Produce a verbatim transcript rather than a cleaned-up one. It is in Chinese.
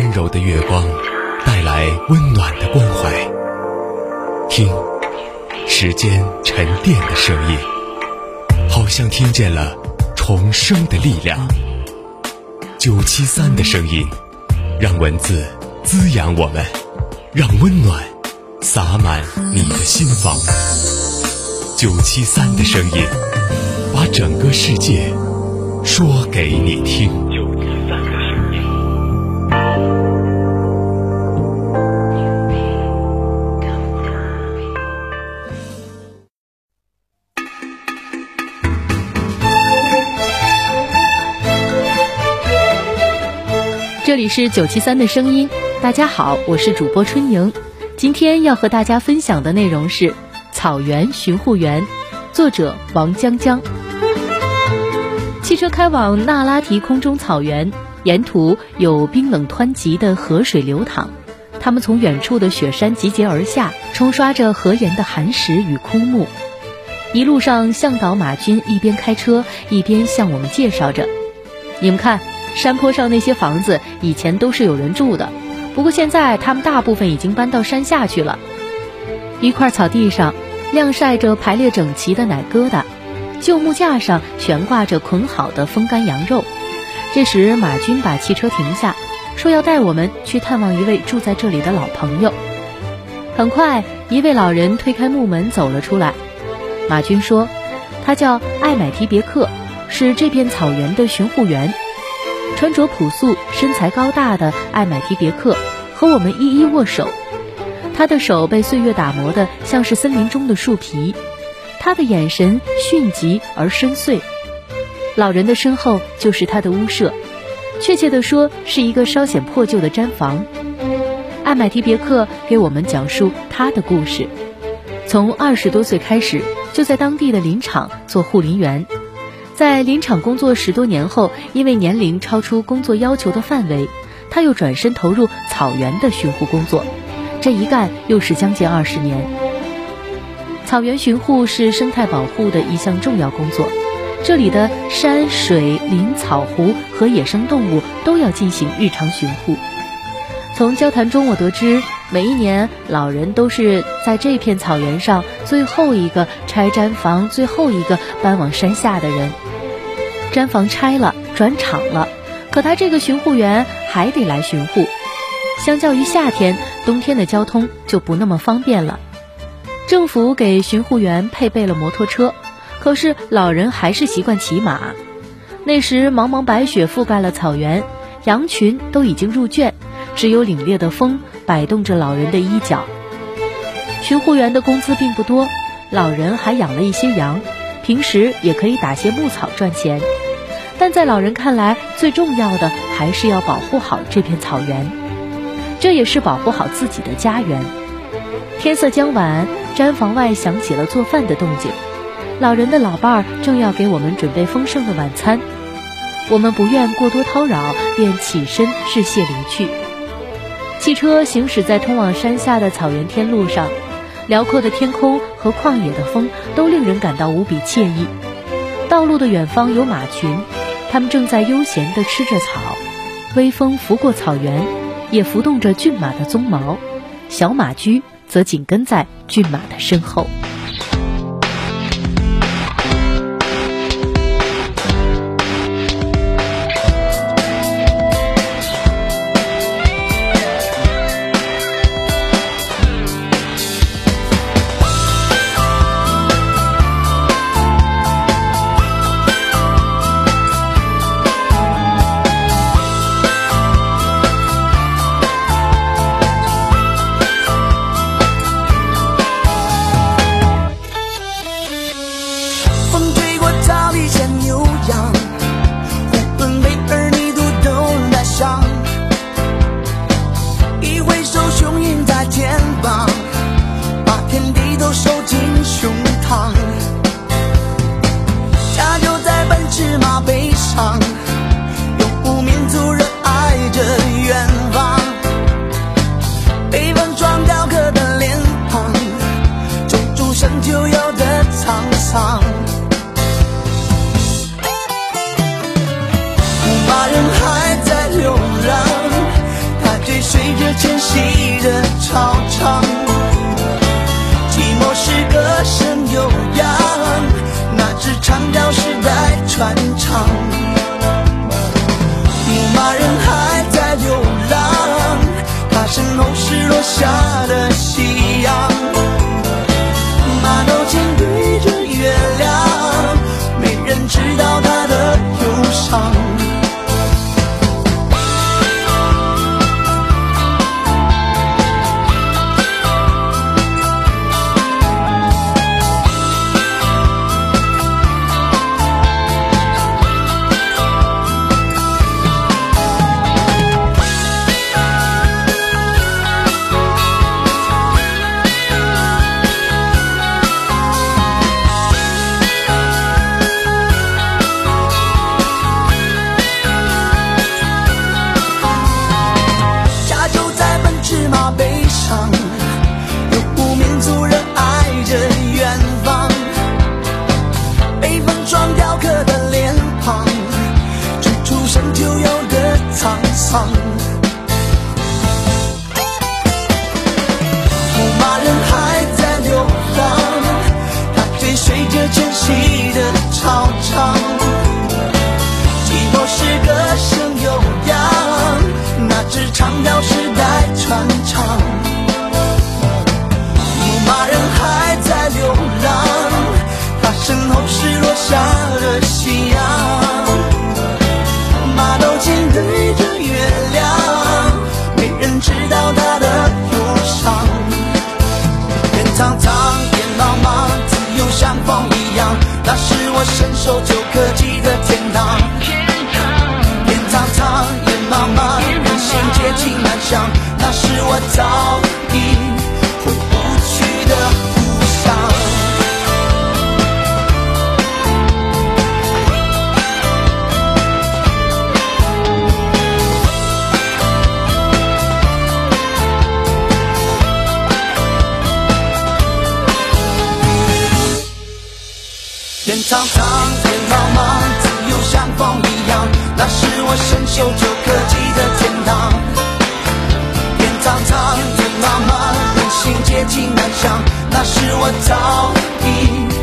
温柔的月光带来温暖的关怀。听，时间沉淀的声音，好像听见了重生的力量。九七三的声音，让文字滋养我们，让温暖洒满你的心房。九七三的声音，把整个世界说给你听。九七三的声音。 这里是九七三的声音，大家好，我是主播春莹。今天要和大家分享的内容是《草原巡护员》，作者王江江。汽车开往那拉提空中草原，沿途有冰冷湍急的河水流淌，它们从远处的雪山集结而下，冲刷着河沿的寒石与枯木。一路上，向导马军一边开车一边向我们介绍着，你们看，山坡上那些房子以前都是有人住的，不过现在他们大部分已经搬到山下去了。一块草地上晾晒着排列整齐的奶疙瘩，旧木架上悬挂着捆好的风干羊肉。这时马军把汽车停下，说要带我们去探望一位住在这里的老朋友。很快，一位老人推开木门走了出来。马军说，他叫艾买提别克，是这片草原的巡护员。穿着朴素、身材高大的艾买提别克和我们一一握手，他的手被岁月打磨得像是森林中的树皮，他的眼神迅疾而深邃。老人的身后就是他的屋舍，确切地说是一个稍显破旧的毡房。艾买提别克给我们讲述他的故事，从二十多岁开始就在当地的林场做护林员，在林场工作十多年后，因为年龄超出工作要求的范围，他又转身投入草原的巡护工作，这一干又是将近二十年。草原巡护是生态保护的一项重要工作，这里的山水林草湖和野生动物都要进行日常巡护。从交谈中我得知，每一年老人都是在这片草原上最后一个拆毡房、最后一个搬往山下的人。毡房拆了，转场了，可他这个巡护员还得来巡护。相较于夏天，冬天的交通就不那么方便了。政府给巡护员配备了摩托车，可是老人还是习惯骑马。那时茫茫白雪覆盖了草原，羊群都已经入圈，只有凛冽的风摆动着老人的衣角。巡护员的工资并不多，老人还养了一些羊，平时也可以打些牧草赚钱。但在老人看来，最重要的还是要保护好这片草原，这也是保护好自己的家园。天色将晚，毡房外响起了做饭的动静，老人的老伴儿正要给我们准备丰盛的晚餐。我们不愿过多叨扰，便起身致谢离去。汽车行驶在通往山下的草原天路上，辽阔的天空和旷野的风都令人感到无比惬意。道路的远方有马群，它们正在悠闲地吃着草，微风拂过草原，也拂动着骏马的鬃毛，小马驹则紧跟在骏马的身后。 游牧民族热爱着远方，北方装雕刻的脸庞，种种生就有的沧桑。牧马人还在流浪，他着迁徙的操场，寂寞是歌声悠扬，那支长调时代传唱。牧马人还在流浪，他身后是落下的夕阳。马头琴对着月亮，没人知道他的忧伤。游牧民族热爱着远方，北风装雕刻的脸庞，处处生就有的沧桑。牧马人还在流浪，他追随着迁徙的操场，寂寞是歌声悠扬，那支长调时代传唱。马人还在流浪，他身后是落下的夕阳。马头琴对着月亮，没人知道他的忧伤。天苍苍，野茫茫，自由像风一样，那是我伸手就可及的天堂。天苍苍，野茫茫，人心皆情难想，那是我早已回不去的故乡。天苍苍，天茫茫，自由像风一样，那是我伸手就可及的天堂。天苍苍，天茫茫，人心皆情难想，那是我早已